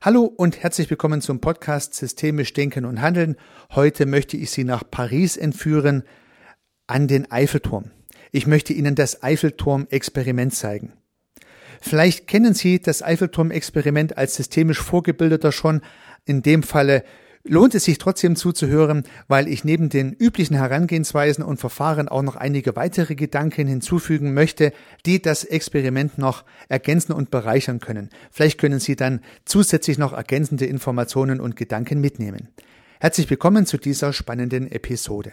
Hallo und herzlich willkommen zum Podcast Systemisch Denken und Handeln. Heute möchte ich Sie nach Paris entführen, an den Eiffelturm. Ich möchte Ihnen das Eiffelturm-Experiment zeigen. Vielleicht kennen Sie das Eiffelturm-Experiment als systemisch Vorgebildeter schon. In dem Falle lohnt es sich trotzdem zuzuhören, weil ich neben den üblichen Herangehensweisen und Verfahren auch noch einige weitere Gedanken hinzufügen möchte, die das Experiment noch ergänzen und bereichern können. Vielleicht können Sie dann zusätzlich noch ergänzende Informationen und Gedanken mitnehmen. Herzlich willkommen zu dieser spannenden Episode.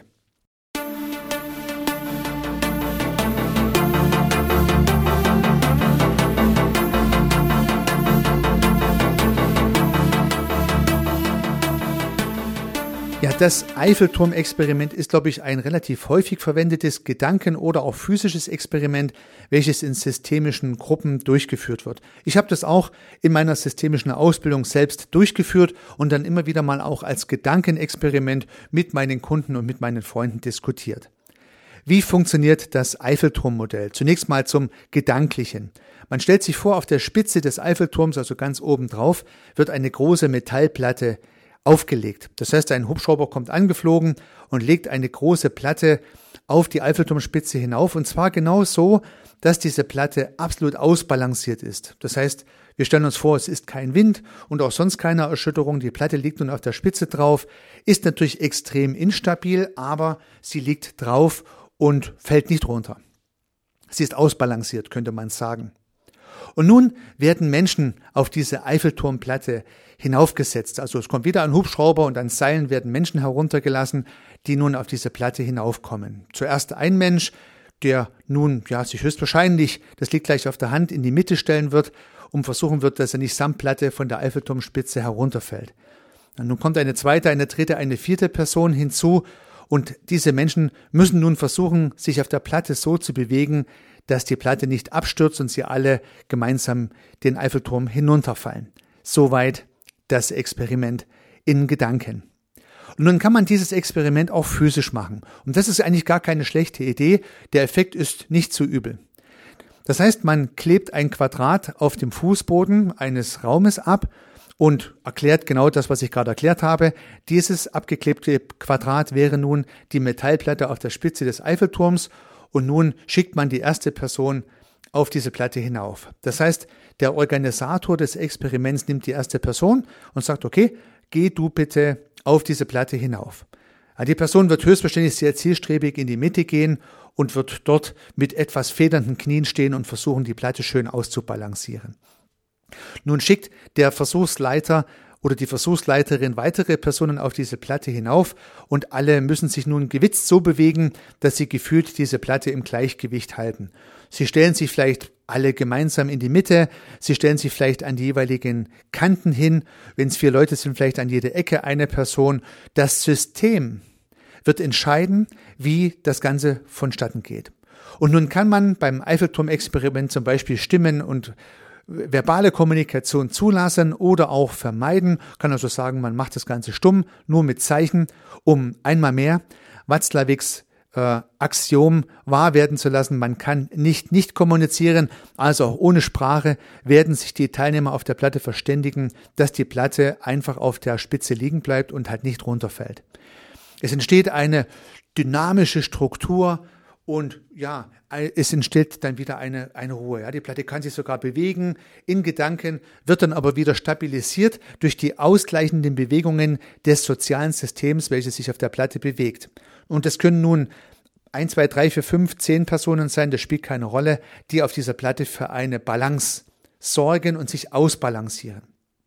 Ja, das Eiffelturm-Experiment ist, glaube ich, ein relativ häufig verwendetes Gedanken- oder auch physisches Experiment, welches in systemischen Gruppen durchgeführt wird. Ich habe das auch in meiner systemischen Ausbildung selbst durchgeführt und dann immer wieder mal auch als Gedankenexperiment mit meinen Kunden und mit meinen Freunden diskutiert. Wie funktioniert das Eiffelturm-Modell? Zunächst mal zum Gedanklichen. Man stellt sich vor, auf der Spitze des Eiffelturms, also ganz oben drauf, wird eine große Metallplatte aufgelegt. Das heißt, ein Hubschrauber kommt angeflogen und legt eine große Platte auf die Eiffelturmspitze hinauf, und zwar genau so, dass diese Platte absolut ausbalanciert ist. Das heißt, wir stellen uns vor, es ist kein Wind und auch sonst keine Erschütterung. Die Platte liegt nun auf der Spitze drauf, ist natürlich extrem instabil, aber sie liegt drauf und fällt nicht runter. Sie ist ausbalanciert, könnte man sagen. Und nun werden Menschen auf diese Eiffelturmplatte hinaufgesetzt. Also es kommt wieder ein Hubschrauber und an Seilen werden Menschen heruntergelassen, die nun auf diese Platte hinaufkommen. Zuerst ein Mensch, der nun sich höchstwahrscheinlich, das liegt gleich auf der Hand, in die Mitte stellen wird und versuchen wird, dass er nicht samt Platte von der Eiffelturmspitze herunterfällt. Und nun kommt eine zweite, eine dritte, eine vierte Person hinzu und diese Menschen müssen nun versuchen, sich auf der Platte so zu bewegen, dass die Platte nicht abstürzt und sie alle gemeinsam den Eiffelturm hinunterfallen. Soweit das Experiment in Gedanken. Und nun kann man dieses Experiment auch physisch machen. Und das ist eigentlich gar keine schlechte Idee. Der Effekt ist nicht so übel. Das heißt, man klebt ein Quadrat auf dem Fußboden eines Raumes ab und erklärt genau das, was ich gerade erklärt habe. Dieses abgeklebte Quadrat wäre nun die Metallplatte auf der Spitze des Eiffelturms. Und nun schickt man die erste Person auf diese Platte hinauf. Das heißt, der Organisator des Experiments nimmt die erste Person und sagt, okay, geh du bitte auf diese Platte hinauf. Die Person wird höchstwahrscheinlich sehr zielstrebig in die Mitte gehen und wird dort mit etwas federnden Knien stehen und versuchen, die Platte schön auszubalancieren. Nun schickt der Versuchsleiter oder die Versuchsleiterin weitere Personen auf diese Platte hinauf und alle müssen sich nun gewitzt so bewegen, dass sie gefühlt diese Platte im Gleichgewicht halten. Sie stellen sich vielleicht alle gemeinsam in die Mitte, sie stellen sich vielleicht an die jeweiligen Kanten hin, wenn es 4 Leute sind, vielleicht an jede Ecke eine Person. Das System wird entscheiden, wie das Ganze vonstatten geht. Und nun kann man beim Eiffelturm-Experiment zum Beispiel Stimmen und verbale Kommunikation zulassen oder auch vermeiden. Kann also sagen, man macht das Ganze stumm, nur mit Zeichen, um einmal mehr Watzlawicks Axiom wahr werden zu lassen. Man kann nicht kommunizieren, also auch ohne Sprache werden sich die Teilnehmer auf der Platte verständigen, dass die Platte einfach auf der Spitze liegen bleibt und halt nicht runterfällt. Es entsteht eine dynamische Struktur und es entsteht dann wieder eine Ruhe. Die Platte kann sich sogar bewegen in Gedanken, wird dann aber wieder stabilisiert durch die ausgleichenden Bewegungen des sozialen Systems, welches sich auf der Platte bewegt. Und das können nun 1, 2, 3, 4, 5, 10 Personen sein, das spielt keine Rolle, die auf dieser Platte für eine Balance sorgen und sich ausbalancieren.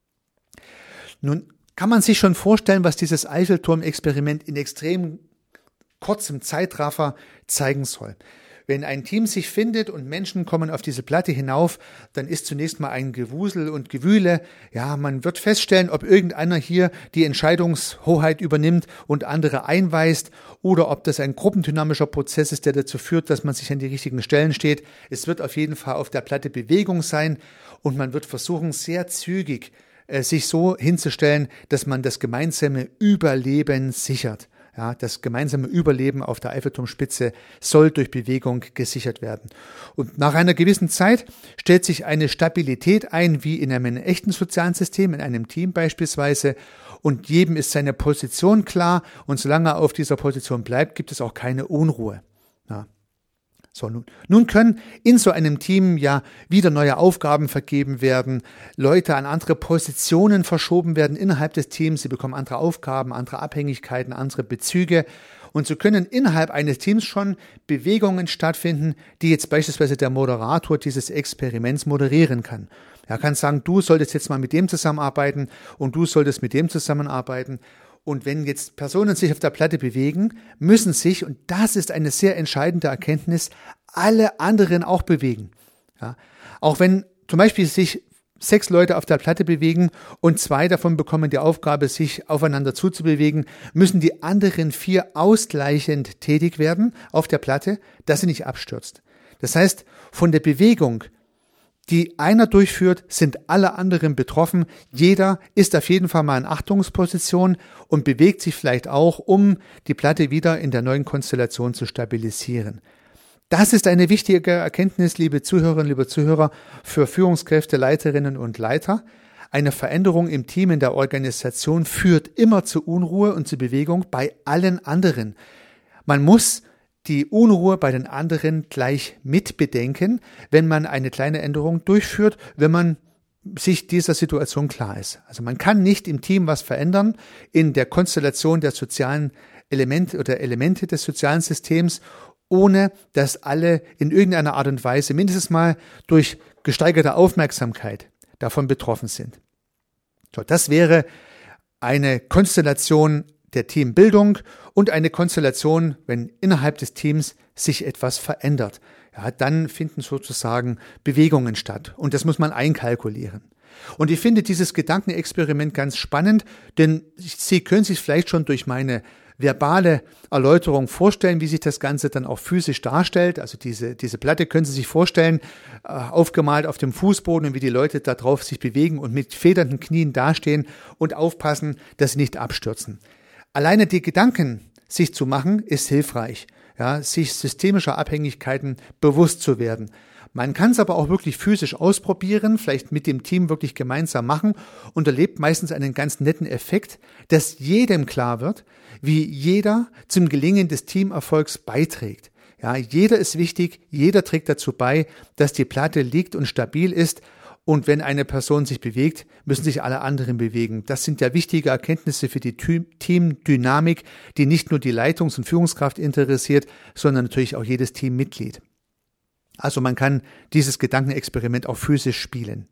Nun kann man sich schon vorstellen, was dieses Eiffelturm-Experiment in extrem kurzem Zeitraffer zeigen soll. Wenn ein Team sich findet und Menschen kommen auf diese Platte hinauf, dann ist zunächst mal ein Gewusel und Gewühle. Man wird feststellen, ob irgendeiner hier die Entscheidungshoheit übernimmt und andere einweist oder ob das ein gruppendynamischer Prozess ist, der dazu führt, dass man sich an die richtigen Stellen steht. Es wird auf jeden Fall auf der Platte Bewegung sein und man wird versuchen, sehr zügig sich so hinzustellen, dass man das gemeinsame Überleben sichert. Ja, das gemeinsame Überleben auf der Eiffelturmspitze soll durch Bewegung gesichert werden. Und nach einer gewissen Zeit stellt sich eine Stabilität ein, wie in einem echten sozialen System, in einem Team beispielsweise. Und jedem ist seine Position klar. Und solange er auf dieser Position bleibt, gibt es auch keine Unruhe. Ja. So, nun können in so einem Team ja wieder neue Aufgaben vergeben werden, Leute an andere Positionen verschoben werden innerhalb des Teams, sie bekommen andere Aufgaben, andere Abhängigkeiten, andere Bezüge und so können innerhalb eines Teams schon Bewegungen stattfinden, die jetzt beispielsweise der Moderator dieses Experiments moderieren kann. Er kann sagen, du solltest jetzt mal mit dem zusammenarbeiten und du solltest mit dem zusammenarbeiten. Und wenn jetzt Personen sich auf der Platte bewegen, müssen sich, und das ist eine sehr entscheidende Erkenntnis, alle anderen auch bewegen. Ja, auch wenn zum Beispiel sich 6 Leute auf der Platte bewegen und 2 davon bekommen die Aufgabe, sich aufeinander zuzubewegen, müssen die anderen 4 ausgleichend tätig werden auf der Platte, dass sie nicht abstürzt. Das heißt, von der Bewegung, die einer durchführt, sind alle anderen betroffen. Jeder ist auf jeden Fall mal in Achtungsposition und bewegt sich vielleicht auch, um die Platte wieder in der neuen Konstellation zu stabilisieren. Das ist eine wichtige Erkenntnis, liebe Zuhörerinnen, liebe Zuhörer, für Führungskräfte, Leiterinnen und Leiter. Eine Veränderung im Team, in der Organisation führt immer zu Unruhe und zu Bewegung bei allen anderen. Man muss die Unruhe bei den anderen gleich mitbedenken, wenn man eine kleine Änderung durchführt, wenn man sich dieser Situation klar ist. Also man kann nicht im Team was verändern in der Konstellation der sozialen Elemente oder Elemente des sozialen Systems, ohne dass alle in irgendeiner Art und Weise mindestens mal durch gesteigerte Aufmerksamkeit davon betroffen sind. So, das wäre eine Konstellation der Teambildung und eine Konstellation, wenn innerhalb des Teams sich etwas verändert. Ja, dann finden sozusagen Bewegungen statt und das muss man einkalkulieren. Und ich finde dieses Gedankenexperiment ganz spannend, denn Sie können sich vielleicht schon durch meine verbale Erläuterung vorstellen, wie sich das Ganze dann auch physisch darstellt. Also diese Platte können Sie sich vorstellen, aufgemalt auf dem Fußboden und wie die Leute da drauf sich bewegen und mit federnden Knien dastehen und aufpassen, dass sie nicht abstürzen. Alleine die Gedanken sich zu machen, ist hilfreich, ja, sich systemischer Abhängigkeiten bewusst zu werden. Man kann es aber auch wirklich physisch ausprobieren, vielleicht mit dem Team wirklich gemeinsam machen und erlebt meistens einen ganz netten Effekt, dass jedem klar wird, wie jeder zum Gelingen des Teamerfolgs beiträgt. Ja, jeder ist wichtig, jeder trägt dazu bei, dass die Platte liegt und stabil ist. Und wenn eine Person sich bewegt, müssen sich alle anderen bewegen. Das sind ja wichtige Erkenntnisse für die Teamdynamik, die nicht nur die Leitungs- und Führungskraft interessiert, sondern natürlich auch jedes Teammitglied. Also man kann dieses Gedankenexperiment auch physisch spielen.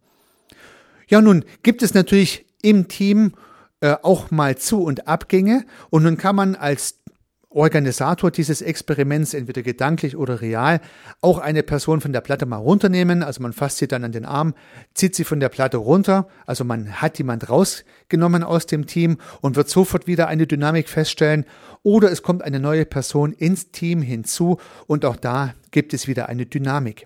Ja, nun gibt es natürlich im Team auch mal Zu- und Abgänge und nun kann man als Organisator dieses Experiments, entweder gedanklich oder real, auch eine Person von der Platte mal runternehmen, also man fasst sie dann an den Arm, zieht sie von der Platte runter, also man hat jemand rausgenommen aus dem Team und wird sofort wieder eine Dynamik feststellen, oder es kommt eine neue Person ins Team hinzu und auch da gibt es wieder eine Dynamik.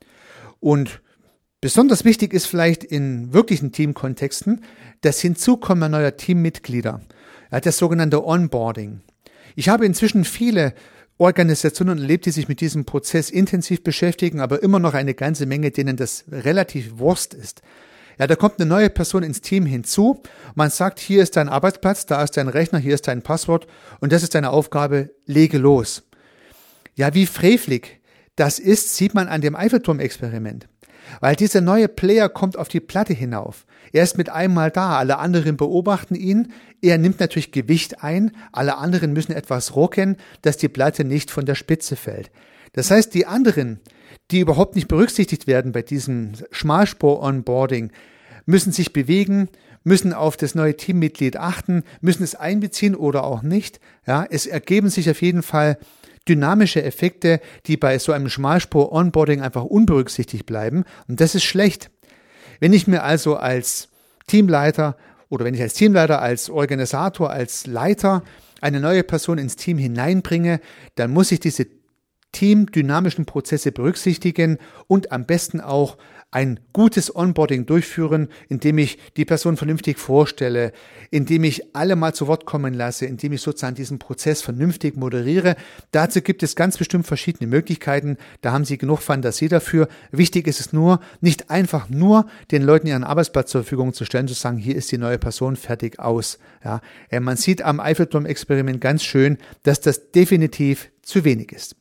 Und besonders wichtig ist vielleicht in wirklichen Teamkontexten das Hinzukommen neuer Teammitglieder, das sogenannte Onboarding. Ich habe inzwischen viele Organisationen erlebt, die sich mit diesem Prozess intensiv beschäftigen, aber immer noch eine ganze Menge, denen das relativ Wurst ist. Ja, da kommt eine neue Person ins Team hinzu. Man sagt, hier ist dein Arbeitsplatz, da ist dein Rechner, hier ist dein Passwort und das ist deine Aufgabe, lege los. Ja, wie frevelig das ist, sieht man an dem Eiffelturm-Experiment. Weil dieser neue Player kommt auf die Platte hinauf. Er ist mit einmal da, alle anderen beobachten ihn. Er nimmt natürlich Gewicht ein, alle anderen müssen etwas rucken, dass die Platte nicht von der Spitze fällt. Das heißt, die anderen, die überhaupt nicht berücksichtigt werden bei diesem Schmalspur-Onboarding, müssen sich bewegen, müssen auf das neue Teammitglied achten, müssen es einbeziehen oder auch nicht. Ja, es ergeben sich auf jeden Fall dynamische Effekte, die bei so einem Schmalspur-Onboarding einfach unberücksichtigt bleiben. Und das ist schlecht. Wenn ich mir also als Teamleiter oder wenn ich als Teamleiter, als Organisator, als Leiter eine neue Person ins Team hineinbringe, dann muss ich diese teamdynamischen Prozesse berücksichtigen und am besten auch ein gutes Onboarding durchführen, indem ich die Person vernünftig vorstelle, indem ich alle mal zu Wort kommen lasse, indem ich sozusagen diesen Prozess vernünftig moderiere. Dazu gibt es ganz bestimmt verschiedene Möglichkeiten. Da haben Sie genug Fantasie dafür. Wichtig ist es nur, nicht einfach nur den Leuten ihren Arbeitsplatz zur Verfügung zu stellen, zu sagen, hier ist die neue Person, fertig, aus. Ja, man sieht am Eiffelturm-Experiment ganz schön, dass das definitiv zu wenig ist.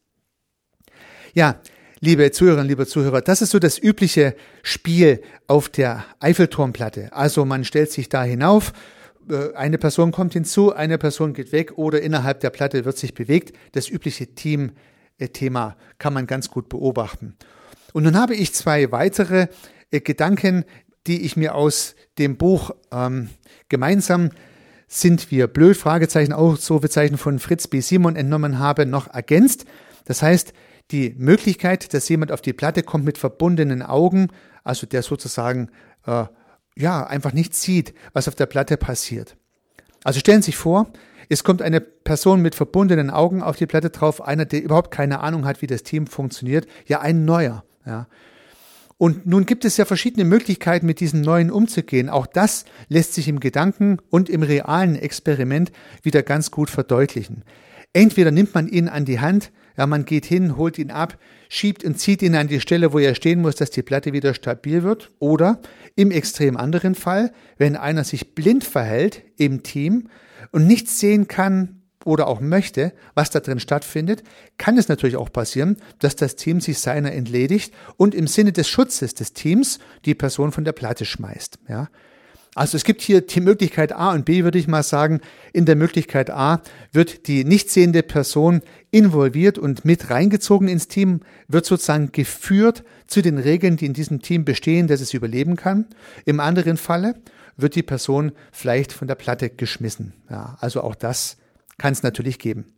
Ja, liebe Zuhörerinnen, liebe Zuhörer, das ist so das übliche Spiel auf der Eiffelturmplatte. Also man stellt sich da hinauf, eine Person kommt hinzu, eine Person geht weg oder innerhalb der Platte wird sich bewegt. Das übliche Team-Thema kann man ganz gut beobachten. Und nun habe ich 2 weitere Gedanken, die ich mir aus dem Buch Gemeinsam sind wir blöd, Fragezeichen, Ausrufezeichen von Fritz B. Simon entnommen habe, noch ergänzt. Das heißt, die Möglichkeit, dass jemand auf die Platte kommt mit verbundenen Augen, also der sozusagen einfach nicht sieht, was auf der Platte passiert. Also stellen Sie sich vor, es kommt eine Person mit verbundenen Augen auf die Platte drauf, einer, der überhaupt keine Ahnung hat, wie das Team funktioniert, ja ein neuer. Ja. Und nun gibt es ja verschiedene Möglichkeiten, mit diesen Neuen umzugehen. Auch das lässt sich im Gedanken- und im realen Experiment wieder ganz gut verdeutlichen. Entweder nimmt man ihn an die Hand, ja, man geht hin, holt ihn ab, schiebt und zieht ihn an die Stelle, wo er stehen muss, dass die Platte wieder stabil wird. Oder im extrem anderen Fall, wenn einer sich blind verhält im Team und nichts sehen kann oder auch möchte, was da drin stattfindet, kann es natürlich auch passieren, dass das Team sich seiner entledigt und im Sinne des Schutzes des Teams die Person von der Platte schmeißt. Ja. Also es gibt hier die Möglichkeit A und B, würde ich mal sagen. In der Möglichkeit A wird die nicht sehende Person involviert und mit reingezogen ins Team, wird sozusagen geführt zu den Regeln, die in diesem Team bestehen, dass es überleben kann. Im anderen Falle wird die Person vielleicht von der Platte geschmissen. Ja, also auch das kann es natürlich geben.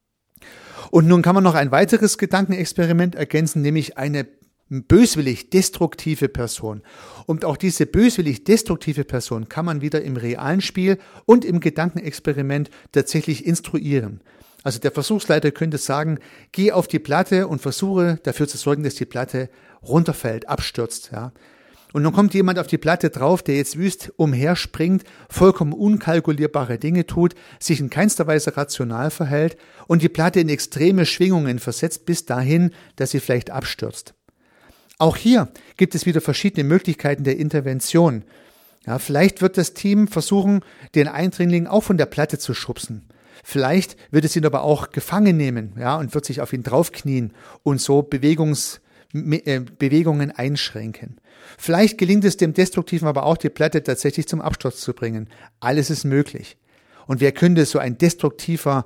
Und nun kann man noch ein weiteres Gedankenexperiment ergänzen, nämlich eine böswillig destruktive Person. Und auch diese böswillig destruktive Person kann man wieder im realen Spiel und im Gedankenexperiment tatsächlich instruieren. Also der Versuchsleiter könnte sagen, geh auf die Platte und versuche dafür zu sorgen, dass die Platte runterfällt, abstürzt. Ja. Und dann kommt jemand auf die Platte drauf, der jetzt wüst umherspringt, vollkommen unkalkulierbare Dinge tut, sich in keinster Weise rational verhält und die Platte in extreme Schwingungen versetzt bis dahin, dass sie vielleicht abstürzt. Auch hier gibt es wieder verschiedene Möglichkeiten der Intervention. Ja, vielleicht wird das Team versuchen, den Eindringling auch von der Platte zu schubsen. Vielleicht wird es ihn aber auch gefangen nehmen, ja, und wird sich auf ihn draufknien und so Bewegungen einschränken. Vielleicht gelingt es dem Destruktiven aber auch, die Platte tatsächlich zum Absturz zu bringen. Alles ist möglich. Und wer könnte so ein destruktiver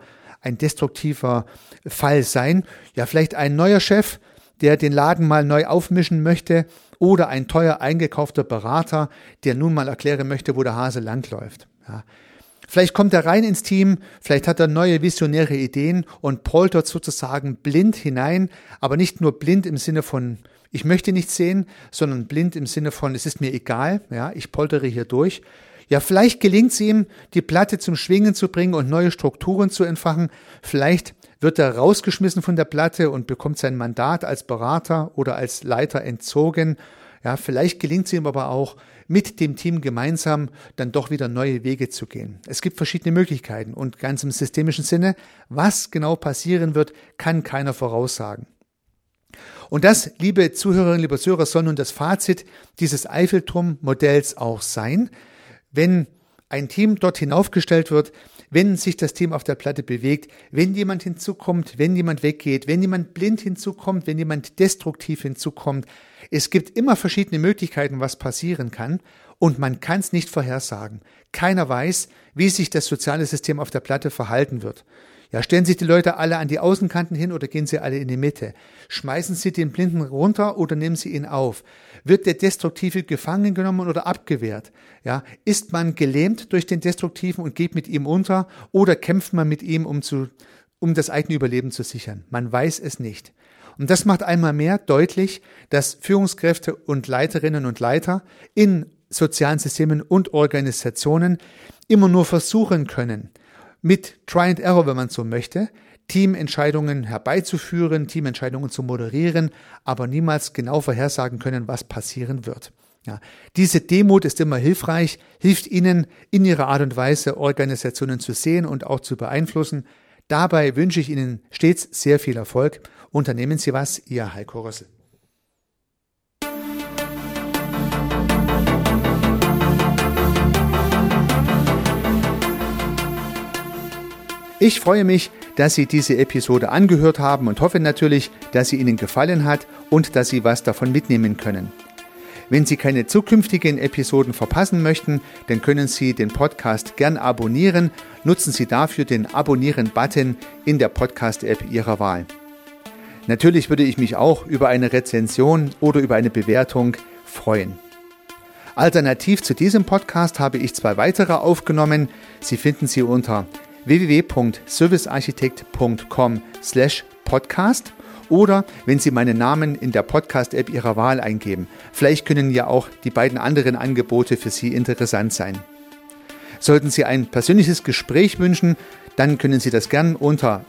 Fall sein? Ja, vielleicht ein neuer Chef, der den Laden mal neu aufmischen möchte, oder ein teuer eingekaufter Berater, der nun mal erklären möchte, wo der Hase langläuft. Ja. Vielleicht kommt er rein ins Team, vielleicht hat er neue visionäre Ideen und poltert sozusagen blind hinein, aber nicht nur blind im Sinne von, ich möchte nichts sehen, sondern blind im Sinne von, es ist mir egal, ja, ich poltere hier durch. Ja, vielleicht gelingt es ihm, die Platte zum Schwingen zu bringen und neue Strukturen zu entfachen. Vielleicht wird er rausgeschmissen von der Platte und bekommt sein Mandat als Berater oder als Leiter entzogen. Ja, vielleicht gelingt es ihm aber auch, mit dem Team gemeinsam dann doch wieder neue Wege zu gehen. Es gibt verschiedene Möglichkeiten und ganz im systemischen Sinne, was genau passieren wird, kann keiner voraussagen. Und das, liebe Zuhörerinnen, liebe Zuhörer, soll nun das Fazit dieses Eiffelturm-Modells auch sein. Wenn ein Team dort hinaufgestellt wird, wenn sich das Team auf der Platte bewegt, wenn jemand hinzukommt, wenn jemand weggeht, wenn jemand blind hinzukommt, wenn jemand destruktiv hinzukommt. Es gibt immer verschiedene Möglichkeiten, was passieren kann und man kann es nicht vorhersagen. Keiner weiß, wie sich das soziale System auf der Platte verhalten wird. Ja, stellen sich die Leute alle an die Außenkanten hin oder gehen sie alle in die Mitte? Schmeißen sie den Blinden runter oder nehmen sie ihn auf? Wird der Destruktive gefangen genommen oder abgewehrt? Ja, ist man gelähmt durch den Destruktiven und geht mit ihm unter oder kämpft man mit ihm, um das eigene Überleben zu sichern? Man weiß es nicht. Und das macht einmal mehr deutlich, dass Führungskräfte und Leiterinnen und Leiter in sozialen Systemen und Organisationen immer nur versuchen können, mit Try and Error, wenn man so möchte, Teamentscheidungen herbeizuführen, Teamentscheidungen zu moderieren, aber niemals genau vorhersagen können, was passieren wird. Ja, diese Demut ist immer hilfreich, hilft Ihnen in Ihrer Art und Weise, Organisationen zu sehen und auch zu beeinflussen. Dabei wünsche ich Ihnen stets sehr viel Erfolg. Unternehmen Sie was, Ihr Heiko Rössel. Ich freue mich, dass Sie diese Episode angehört haben und hoffe natürlich, dass sie Ihnen gefallen hat und dass Sie was davon mitnehmen können. Wenn Sie keine zukünftigen Episoden verpassen möchten, dann können Sie den Podcast gern abonnieren. Nutzen Sie dafür den Abonnieren-Button in der Podcast-App Ihrer Wahl. Natürlich würde ich mich auch über eine Rezension oder über eine Bewertung freuen. Alternativ zu diesem Podcast habe ich 2 weitere aufgenommen. Sie finden sie unter www.servicearchitekt.com/podcast oder wenn Sie meinen Namen in der Podcast-App Ihrer Wahl eingeben. Vielleicht können ja auch die beiden anderen Angebote für Sie interessant sein. Sollten Sie ein persönliches Gespräch wünschen, dann können Sie das gern unter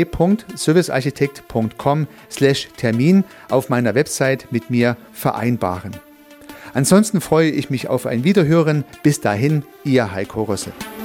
www.servicearchitekt.com/Termin auf meiner Website mit mir vereinbaren. Ansonsten freue ich mich auf ein Wiederhören. Bis dahin, Ihr Heiko Rössel.